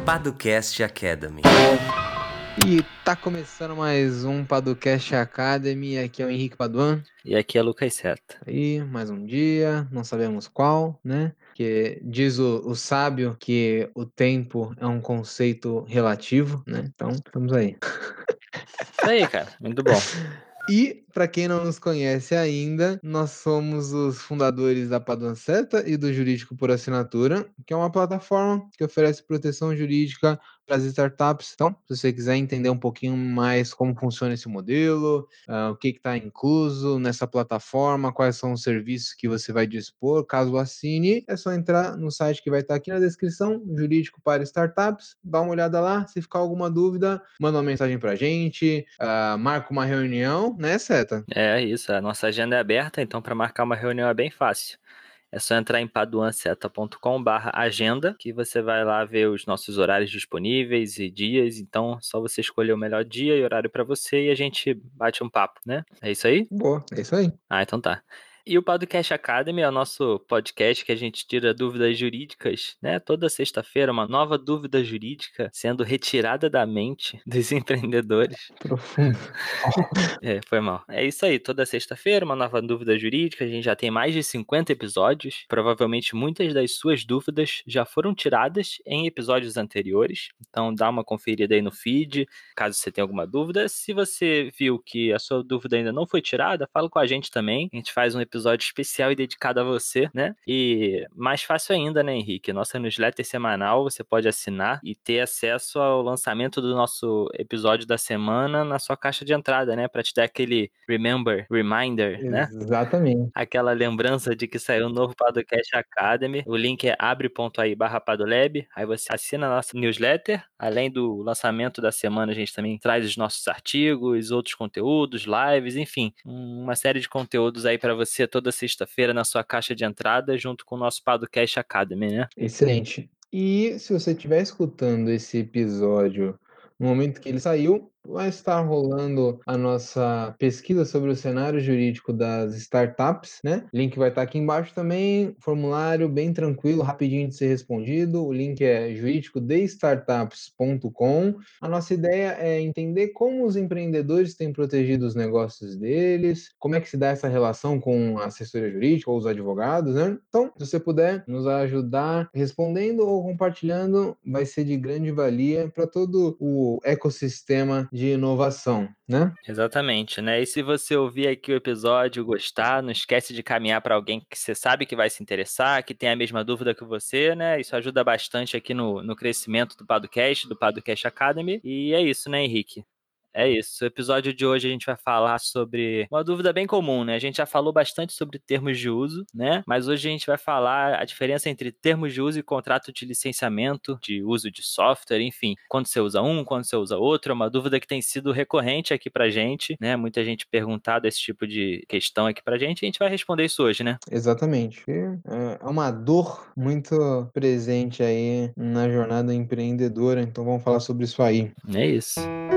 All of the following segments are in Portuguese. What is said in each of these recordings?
Paducast Academy. E tá começando mais um Paducast Academy. Aqui é o Henrique Paduan. E aqui é Lucas Seta. Aí, mais um dia, não sabemos qual, né? Que diz o sábio que o tempo é um conceito relativo, né? Então, estamos aí. Isso aí, cara. Muito bom. E, para quem não nos conhece ainda, nós somos os fundadores da Paduan Seta e do Jurídico por Assinatura, que é uma plataforma que oferece proteção jurídica para as startups. Então, se você quiser entender um pouquinho mais como funciona esse modelo, o que está incluso nessa plataforma, quais são os serviços que você vai dispor, caso assine, é só entrar no site que vai estar aqui na descrição, Jurídico para Startups, dá uma olhada lá, se ficar alguma dúvida, manda uma mensagem para a gente, marca uma reunião, né, Seta? É isso, a nossa agenda é aberta, então para marcar uma reunião é bem fácil. É só entrar em paduanseta.com/agenda, que você vai lá ver os nossos horários disponíveis e dias, então só você escolher o melhor dia e horário para você e a gente bate um papo, né? É isso aí? Boa, é isso aí. Ah, então tá. E o Podcast Academy é o nosso podcast que a gente tira dúvidas jurídicas, né? Toda sexta-feira, uma nova dúvida jurídica sendo retirada da mente dos empreendedores. Profundo. Foi mal. É isso aí, toda sexta-feira, uma nova dúvida jurídica. A gente já tem mais de 50 episódios. Provavelmente muitas das suas dúvidas já foram tiradas em episódios anteriores. Então dá uma conferida aí no feed, caso você tenha alguma dúvida. Se você viu que a sua dúvida ainda não foi tirada, fala com a gente também. A gente faz um episódio especial e dedicado a você, né? E mais fácil ainda, né, Henrique? Nossa newsletter semanal, você pode assinar e ter acesso ao lançamento do nosso episódio da semana na sua caixa de entrada, né? Pra te dar aquele reminder, né? Exatamente. Aquela lembrança de que saiu um novo Podcast Academy. O link é abre.ai/padolab. Aí você assina a nossa newsletter. Além do lançamento da semana, a gente também traz os nossos artigos, outros conteúdos, lives, enfim, uma série de conteúdos aí para você toda sexta-feira na sua caixa de entrada, junto com o nosso Podcast Academy, né? Excelente. E se você estiver escutando esse episódio no momento que ele saiu, vai estar rolando a nossa pesquisa sobre o cenário jurídico das startups, né? O link vai estar aqui embaixo também, formulário bem tranquilo, rapidinho de ser respondido. O link é juridicodestartups.com. A nossa ideia é entender como os empreendedores têm protegido os negócios deles, como é que se dá essa relação com a assessoria jurídica ou os advogados, né? Então, se você puder nos ajudar respondendo ou compartilhando, vai ser de grande valia para todo o ecossistema de inovação, né? Exatamente, né? E se você ouvir aqui o episódio, gostar, não esquece de caminhar para alguém que você sabe que vai se interessar, que tem a mesma dúvida que você, né? Isso ajuda bastante aqui no crescimento do Podcast Academy. E é isso, né, Henrique? É isso. O episódio de hoje a gente vai falar sobre uma dúvida bem comum, né? A gente já falou bastante sobre termos de uso, né? Mas hoje a gente vai falar a diferença entre termos de uso e contrato de licenciamento, de uso de software, enfim. Quando você usa um, quando você usa outro, é uma dúvida que tem sido recorrente aqui pra gente, né? Muita gente perguntado esse tipo de questão aqui pra gente e a gente vai responder isso hoje, né? Exatamente. É uma dor muito presente aí na jornada empreendedora, então vamos falar sobre isso aí. É isso.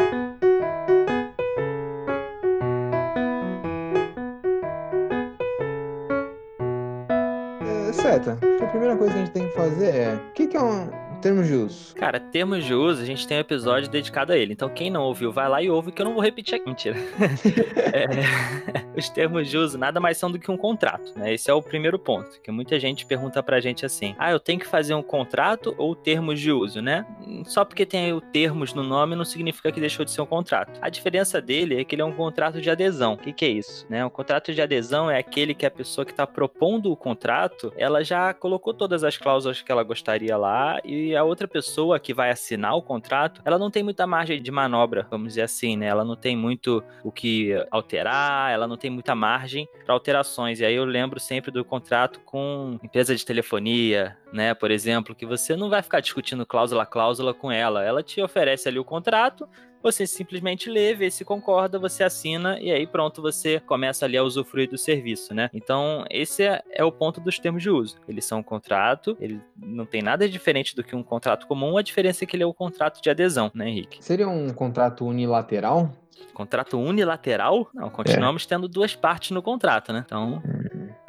Seta, acho que a primeira coisa que a gente tem que fazer é, o que é um termo de uso? Cara, termos de uso, a gente tem um episódio dedicado a ele. Então, quem não ouviu, vai lá e ouve, que eu não vou repetir aqui. Mentira. Os termos de uso nada mais são do que um contrato, né? Esse é o primeiro ponto, que muita gente pergunta pra gente assim: eu tenho que fazer um contrato ou termos de uso, né? Só porque tem o termos no nome não significa que deixou de ser um contrato. A diferença dele é que ele é um contrato de adesão. O que é isso, né? Um contrato de adesão é aquele que a pessoa que está propondo o contrato, ela já colocou todas as cláusulas que ela gostaria lá e a outra pessoa que vai assinar o contrato, ela não tem muita margem de manobra, vamos dizer assim, né? Ela não tem muito o que alterar, ela não tem muita margem para alterações. E aí eu lembro sempre do contrato com empresa de telefonia, né? Por exemplo, que você não vai ficar discutindo cláusula a cláusula com ela. Ela te oferece ali o contrato, você simplesmente lê, vê se concorda, você assina e aí pronto, você começa ali a usufruir do serviço, né? Então, esse é o ponto dos termos de uso. Eles são um contrato, ele não tem nada diferente do que um contrato comum, a diferença é que ele é o contrato de adesão, né, Henrique? Seria um contrato unilateral? Contrato unilateral? Não, continuamos tendo duas partes no contrato, né? Então,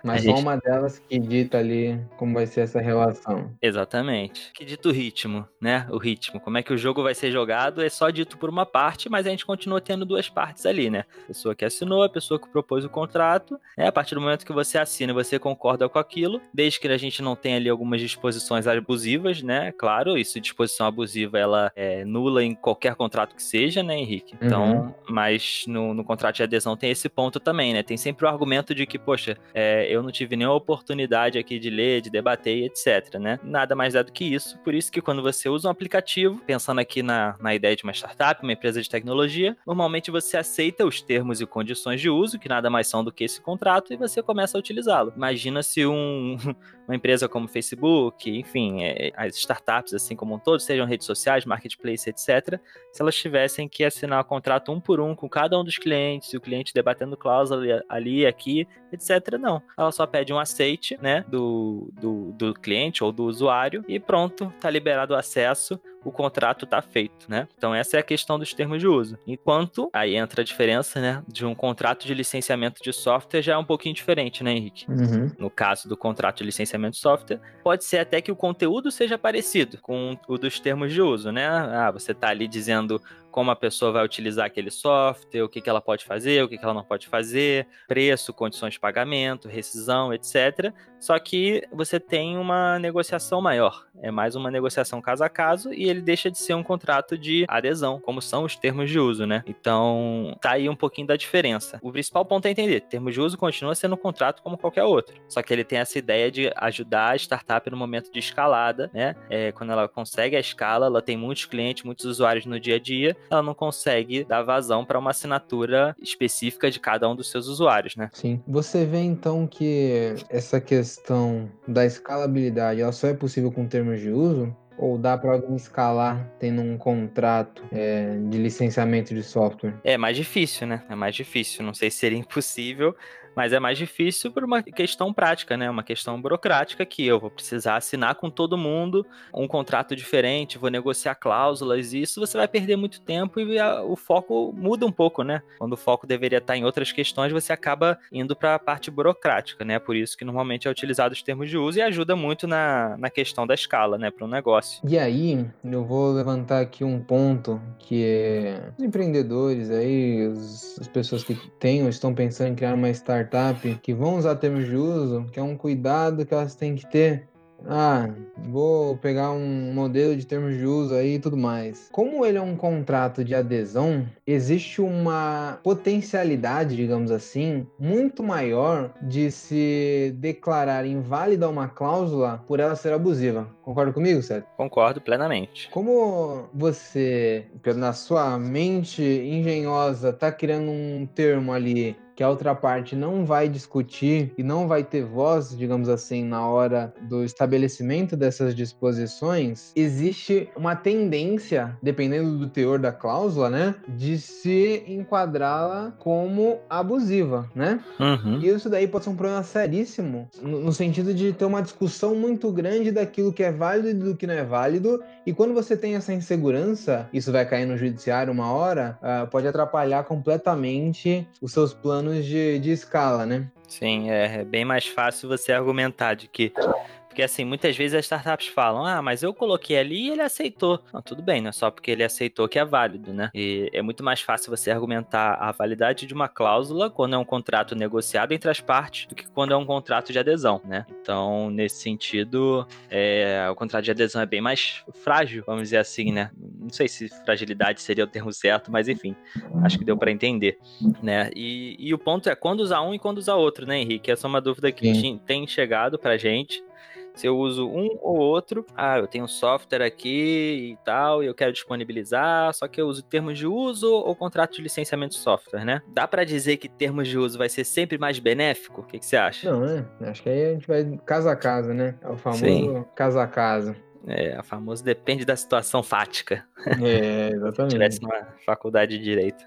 A Mas só gente uma delas que dita ali como vai ser essa relação. Exatamente. Que dito o ritmo, né? O ritmo. Como é que o jogo vai ser jogado é só dito por uma parte, mas a gente continua tendo duas partes ali, né? A pessoa que assinou, a pessoa que propôs o contrato, né? A partir do momento que você assina e você concorda com aquilo, desde que a gente não tenha ali algumas disposições abusivas, né? Claro, isso, disposição abusiva, ela é nula em qualquer contrato que seja, né, Henrique? Uhum. Então, mas no contrato de adesão tem esse ponto também, né? Tem sempre o argumento de que, poxa, eu não tive nenhuma oportunidade aqui de ler, de debater e etc, né? Nada mais é do que isso. Por isso que quando você usa um aplicativo, pensando aqui na ideia de uma startup, uma empresa de tecnologia, normalmente você aceita os termos e condições de uso, que nada mais são do que esse contrato, e você começa a utilizá-lo. Imagina se uma empresa como Facebook, enfim, as startups assim como um todo, sejam redes sociais, marketplace, etc., se elas tivessem que assinar o contrato um por um com cada um dos clientes, e o cliente debatendo cláusula ali, aqui, etc., não. Ela só pede um aceite, né, do cliente ou do usuário e pronto, tá liberado o acesso, o contrato tá feito, né? Então essa é a questão dos termos de uso. Enquanto, aí entra a diferença, né, de um contrato de licenciamento de software já é um pouquinho diferente, né, Henrique? Uhum. No caso do contrato de licenciamento de software, pode ser até que o conteúdo seja parecido com o dos termos de uso, né? Ah, você tá ali dizendo como a pessoa vai utilizar aquele software, o que ela pode fazer, o que ela não pode fazer, preço, condições de pagamento, rescisão, etc. Só que você tem uma negociação maior. É mais uma negociação caso a caso e ele deixa de ser um contrato de adesão, como são os termos de uso, né? Então, tá aí um pouquinho da diferença. O principal ponto é entender, termos de uso continua sendo um contrato como qualquer outro. Só que ele tem essa ideia de ajudar a startup no momento de escalada, né? Quando ela consegue a escala, ela tem muitos clientes, muitos usuários no dia a dia, ela não consegue dar vazão para uma assinatura específica de cada um dos seus usuários, né? Sim. Você vê então que essa questão da escalabilidade, ela só é possível com termos de uso? Ou dá para alguém escalar tendo um contrato de licenciamento de software? É mais difícil, né? É mais difícil. Não sei se seria impossível, mas é mais difícil por uma questão prática, né? Uma questão burocrática que eu vou precisar assinar com todo mundo um contrato diferente, vou negociar cláusulas, e isso você vai perder muito tempo e o foco muda um pouco, né? Quando o foco deveria estar em outras questões, você acaba indo para a parte burocrática, né? Por isso que normalmente é utilizado os termos de uso e ajuda muito na questão da escala, né? Para um negócio. E aí, eu vou levantar aqui um ponto que é os empreendedores aí, as pessoas que têm ou estão pensando em criar uma startup, que vão usar termos de uso, que é um cuidado que elas têm que ter. Ah, vou pegar um modelo de termos de uso aí e tudo mais. Como ele é um contrato de adesão, existe uma potencialidade, digamos assim, muito maior de se declarar inválida uma cláusula por ela ser abusiva. Concorda comigo, Sérgio? Concordo plenamente. Como você, na sua mente engenhosa, tá criando um termo ali que a outra parte não vai discutir e não vai ter voz, digamos assim, na hora do estabelecimento dessas disposições, existe uma tendência, dependendo do teor da cláusula, né, de se enquadrá-la como abusiva, né? Uhum. E isso daí pode ser um problema seríssimo, no sentido de ter uma discussão muito grande daquilo que é válido e do que não é válido. E quando você tem essa insegurança, isso vai cair no judiciário uma hora, pode atrapalhar completamente os seus planos de escala, né? Sim, é bem mais fácil você argumentar de que. Porque, assim, muitas vezes as startups falam, ah, mas eu coloquei ali e ele aceitou. Não, tudo bem, não é só porque ele aceitou que é válido, né? E é muito mais fácil você argumentar a validade de uma cláusula quando é um contrato negociado entre as partes do que quando é um contrato de adesão, né? Então, nesse sentido, o contrato de adesão é bem mais frágil, vamos dizer assim, né? Não sei se fragilidade seria o termo certo, mas enfim, acho que deu para entender, né? E o ponto é quando usar um e quando usar outro, né, Henrique? Essa é uma dúvida que Sim. tem chegado pra gente. Se eu uso um ou outro, eu tenho um software aqui e tal, e eu quero disponibilizar, só que eu uso termos de uso ou contrato de licenciamento de software, né? Dá pra dizer que termos de uso vai ser sempre mais benéfico? O que você acha? Não, né? Acho que aí a gente vai casa a casa, né? É o Sim, famoso casa a casa. a famosa depende da situação fática. Se eu tivesse Exatamente. numa faculdade de Direito.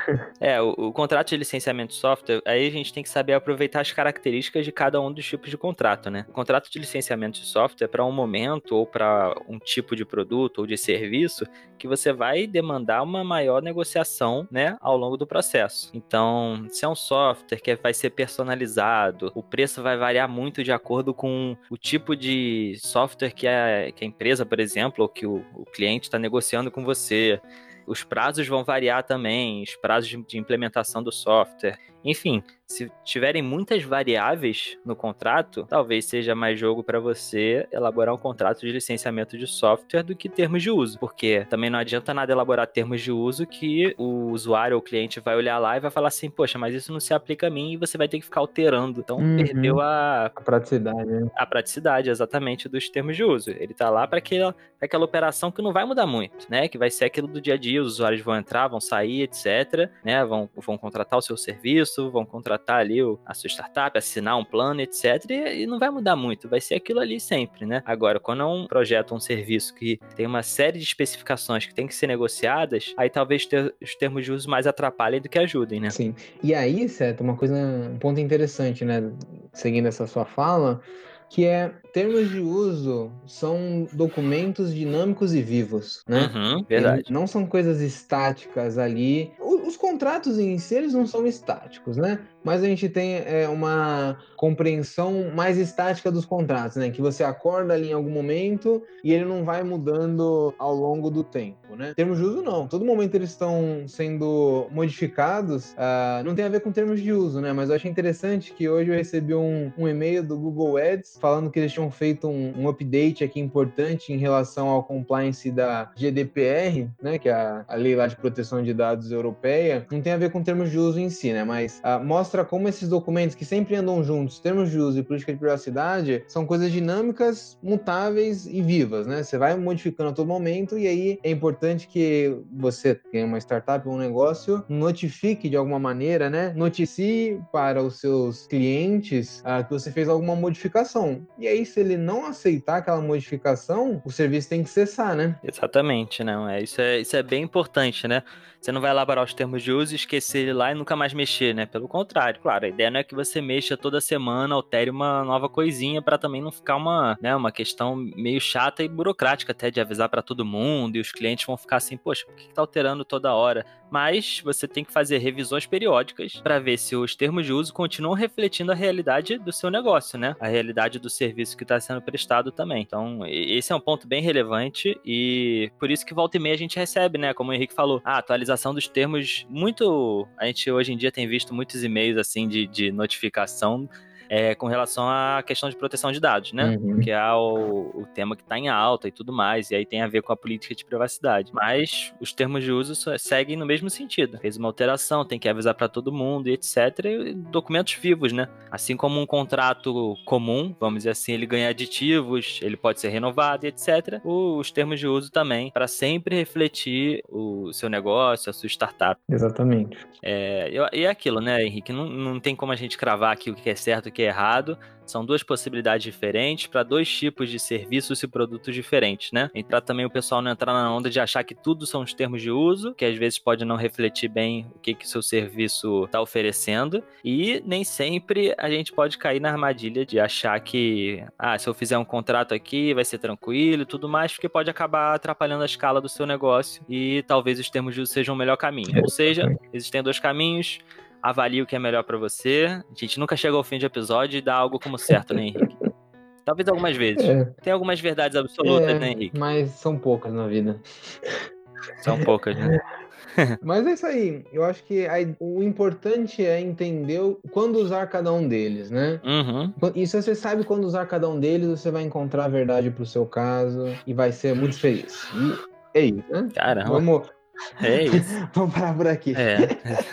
O contrato de licenciamento de software, aí a gente tem que saber aproveitar as características de cada um dos tipos de contrato, né? O contrato de licenciamento de software é para um momento ou para um tipo de produto ou de serviço que você vai demandar uma maior negociação, né, ao longo do processo. Então, se é um software que vai ser personalizado, o preço vai variar muito de acordo com o tipo de software que a empresa, por exemplo, ou que o cliente está negociando com você. Os prazos vão variar também, os prazos de implementação do software. Enfim, se tiverem muitas variáveis no contrato, talvez seja mais jogo para você elaborar um contrato de licenciamento de software do que termos de uso, porque também não adianta nada elaborar termos de uso que o usuário ou o cliente vai olhar lá e vai falar assim, poxa, mas isso não se aplica a mim e você vai ter que ficar alterando. Então perdeu Uhum. A praticidade, né? a praticidade exatamente dos termos de uso. Ele tá lá para aquela operação que não vai mudar muito, né? Que vai ser aquilo do dia a dia, os usuários vão entrar, vão sair, etc, né? Vão contratar o seu serviço, vão contratar ali a sua startup, assinar um plano, etc, e não vai mudar muito, vai ser aquilo ali sempre, né? Agora, quando é um projeto, um serviço que tem uma série de especificações que tem que ser negociadas, aí talvez os termos de uso mais atrapalhem do que ajudem, né? Sim. E aí, Seta, um ponto interessante, né? Seguindo essa sua fala, que é termos de uso são documentos dinâmicos e vivos, né? Uhum, Eles verdade. não são coisas estáticas ali. Os contratos em si, eles não são estáticos, né? Mas a gente tem uma compreensão mais estática dos contratos, né? Que você acorda ali em algum momento e ele não vai mudando ao longo do tempo, né? Termos de uso, não. Todo momento eles estão sendo modificados. Não tem a ver com termos de uso, né? Mas eu achei interessante que hoje eu recebi um e-mail do Google Ads falando que eles tinham feito um update aqui importante em relação ao compliance da GDPR, né? Que é a lei lá de proteção de dados europeia. Não tem a ver com termos de uso em si, né? Mas mostra como esses documentos que sempre andam juntos, termos de uso e política de privacidade, são coisas dinâmicas, mutáveis e vivas, né? Você vai modificando a todo momento e aí é importante que você, que tem uma startup ou um negócio, notifique de alguma maneira, né? Noticie para os seus clientes que você fez alguma modificação. E aí, se ele não aceitar aquela modificação, o serviço tem que cessar, né? Exatamente, não. Isso é bem importante, né? Você não vai elaborar os termos de uso, esquecer ele lá e nunca mais mexer, né? Pelo contrário, claro, a ideia não é que você mexa toda semana, altere uma nova coisinha para também não ficar uma questão meio chata e burocrática até de avisar para todo mundo e os clientes vão ficar assim, poxa, por que tá alterando toda hora? Mas você tem que fazer revisões periódicas para ver se os termos de uso continuam refletindo a realidade do seu negócio, né? A realidade do serviço que está sendo prestado também. Então, esse é um ponto bem relevante e por isso que volta e meia a gente recebe, né? Como o Henrique falou, a atualização dos termos a gente hoje em dia tem visto muitos e-mails assim de notificação com relação à questão de proteção de dados, né? Uhum. Porque é o tema que está em alta e tudo mais, e aí tem a ver com a política de privacidade. Mas os termos de uso seguem no mesmo sentido. Fez uma alteração, tem que avisar para todo mundo e etc. E documentos vivos, né? Assim como um contrato comum, vamos dizer assim, ele ganha aditivos, ele pode ser renovado e etc. Os termos de uso também, para sempre refletir o seu negócio, a sua startup. Exatamente. E é aquilo, né, Henrique? Não tem como a gente cravar aqui o que é certo e o que é errado. São duas possibilidades diferentes para dois tipos de serviços e produtos diferentes, né? E para também o pessoal não entrar na onda de achar que tudo são os termos de uso, que às vezes pode não refletir bem o que o seu serviço está oferecendo. E nem sempre a gente pode cair na armadilha de achar que, se eu fizer um contrato aqui vai ser tranquilo e tudo mais, porque pode acabar atrapalhando a escala do seu negócio e talvez os termos de uso sejam o melhor caminho. Ou seja, existem dois caminhos. Avalie o que é melhor pra você. A gente nunca chega ao fim de episódio e dá algo como certo, né, Henrique? Talvez algumas vezes. Tem algumas verdades absolutas, né, Henrique? Mas são poucas na vida. São poucas, né? Mas é isso aí. Eu acho que o importante é entender quando usar cada um deles, né? Uhum. E se você sabe quando usar cada um deles, você vai encontrar a verdade pro seu caso e vai ser muito feliz. E é isso, né? Caramba. É isso. Vamos parar por aqui. É.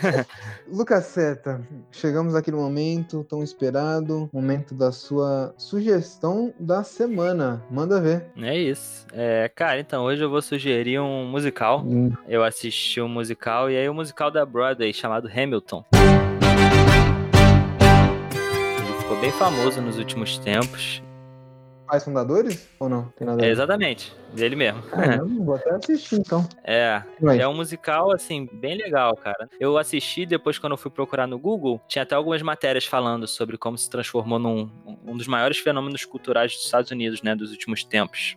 Lucas Seta, chegamos aqui no momento tão esperado, momento da sua sugestão da semana. Manda ver. É isso. Cara, então hoje eu vou sugerir um musical. Eu assisti um musical e aí o musical da Broadway chamado Hamilton. Ele ficou bem famoso nos últimos tempos. pais fundadores? Ou não? Tem nada a ver? Exatamente, dele mesmo. Vou até assistir, então. É um musical, assim, bem legal, cara. Eu assisti depois, quando eu fui procurar no Google, tinha até algumas matérias falando sobre como se transformou num um dos maiores fenômenos culturais dos Estados Unidos, né, dos últimos tempos.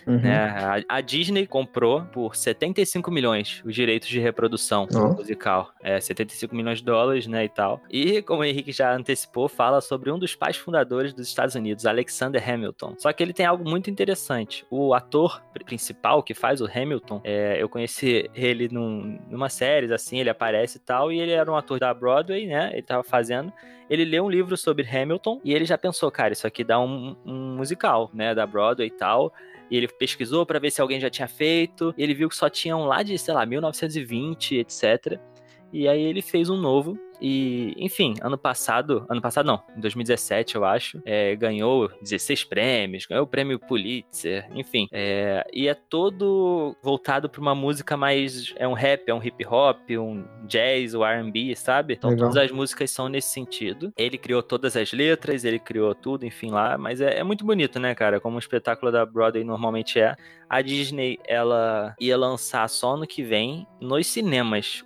Né? A Disney comprou por 75 milhões os direitos de reprodução do musical. 75 milhões de dólares, né, e tal. E, como o Henrique já antecipou, fala sobre um dos pais fundadores dos Estados Unidos, Alexander Hamilton. Só que ele tem algo muito interessante. O ator principal que faz o Hamilton, eu conheci ele numa série, assim, ele aparece e tal, e ele era um ator da Broadway, né, ele tava fazendo. Ele leu um livro sobre Hamilton e ele já pensou, cara, isso aqui dá um musical, né, da Broadway e tal. E ele pesquisou para ver se alguém já tinha feito. Ele viu que só tinham lá de, sei lá, 1920, etc. E aí ele fez um novo. E, enfim, ano passado não, em 2017, eu acho, ganhou 16 prêmios, ganhou o prêmio Pulitzer, enfim. E é todo voltado para uma música mais... É um rap, é um hip hop, um jazz, o R&B, sabe? Então todas as músicas são nesse sentido. Ele criou todas as letras, ele criou tudo, enfim, lá. Mas é muito bonito, né, cara? Como um espetáculo da Broadway normalmente é. A Disney, ela ia lançar só no que vem nos cinemas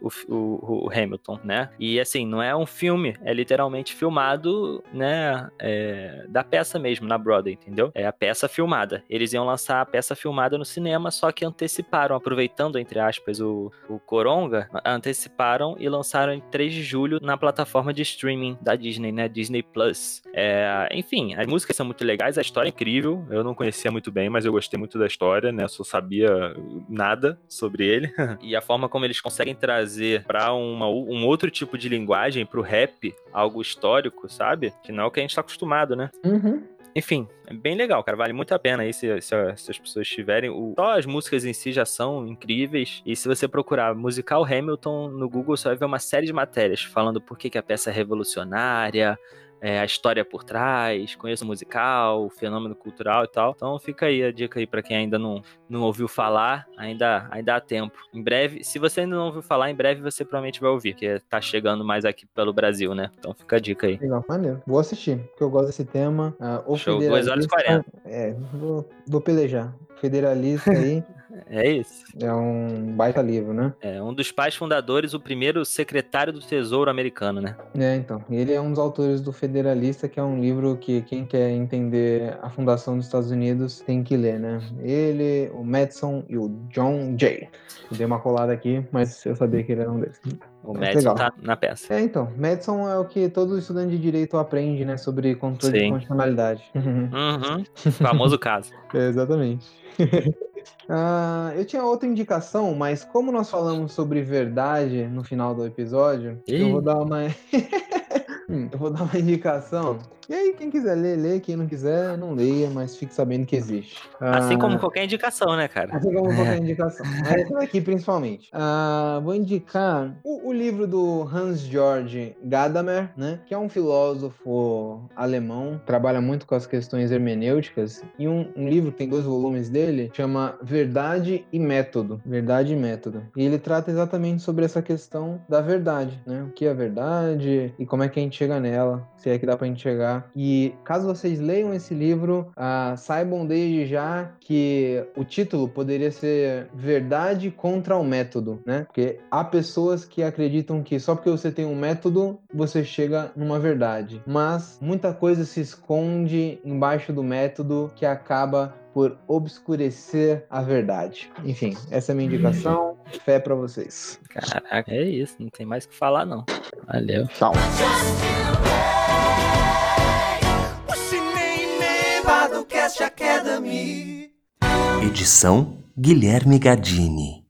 o Hamilton, né? E assim, não é um filme, é literalmente filmado, né, da peça mesmo, na Broadway, entendeu? É a peça filmada. Eles iam lançar a peça filmada no cinema, só que anteciparam, aproveitando, entre aspas, o Coronga, anteciparam e lançaram em 3 de julho na plataforma de streaming da Disney, né, Disney Plus. Enfim, as músicas são muito legais, a história é incrível, eu não conhecia muito bem, mas eu gostei muito da história, né, eu só sabia nada sobre ele. E a forma como eles conseguem trazer pra um outro tipo de linguagem, pro rap, algo histórico, sabe? Que não é o que a gente tá acostumado, né? Enfim, é bem legal, cara. Vale muito a pena aí se as pessoas tiverem. Só as músicas em si já são incríveis. E se você procurar musical Hamilton no Google, você vai ver uma série de matérias falando por que a peça é revolucionária, a história por trás, conheço o musical, o fenômeno cultural e tal. Então fica aí a dica aí pra quem ainda não ouviu falar, ainda há tempo. Em breve, se você ainda não ouviu falar, em breve você provavelmente vai ouvir, porque tá chegando mais aqui pelo Brasil, né? Então fica a dica aí. Legal, maneiro. Vou assistir, porque eu gosto desse tema. O Show, Federalista... 2h40. Vou pelejar. Federalista aí... É isso. É um baita livro, né? É um dos pais fundadores, o primeiro secretário do Tesouro americano, né? Então. Ele é um dos autores do Federalista, que é um livro que quem quer entender a fundação dos Estados Unidos tem que ler, né? Ele, o Madison e o John Jay. Eu dei uma colada aqui, mas eu sabia que ele era um deles. O Madison tá na peça. Então. Madison é o que todo estudante de direito aprende, né? Sobre controle de condicionalidade. Famoso caso. Exatamente. Eu tinha outra indicação, mas como nós falamos sobre verdade no final do episódio, eu vou dar uma indicação. E aí, quem quiser ler, lê. Quem não quiser, não leia, mas fique sabendo que existe. Assim como qualquer indicação, né, cara? Assim como qualquer indicação. Mas essa daqui, principalmente. Vou indicar o livro do Hans-Georg Gadamer, né? Que é um filósofo alemão, trabalha muito com as questões hermenêuticas. E um livro que tem 2 volumes dele, chama Verdade e Método. Verdade e Método. E ele trata exatamente sobre essa questão da verdade, né? O que é verdade e como é que a gente chega nela, se é que dá pra gente chegar. E caso vocês leiam esse livro, saibam desde já que o título poderia ser Verdade contra o Método, né? Porque há pessoas que acreditam que só porque você tem um método, você chega numa verdade. Mas muita coisa se esconde embaixo do método que acaba por obscurecer a verdade. Enfim, essa é a minha indicação. Fé pra vocês. Caraca, é isso. Não tem mais o que falar, não. Valeu. Tchau. Edição Guilherme Gadini.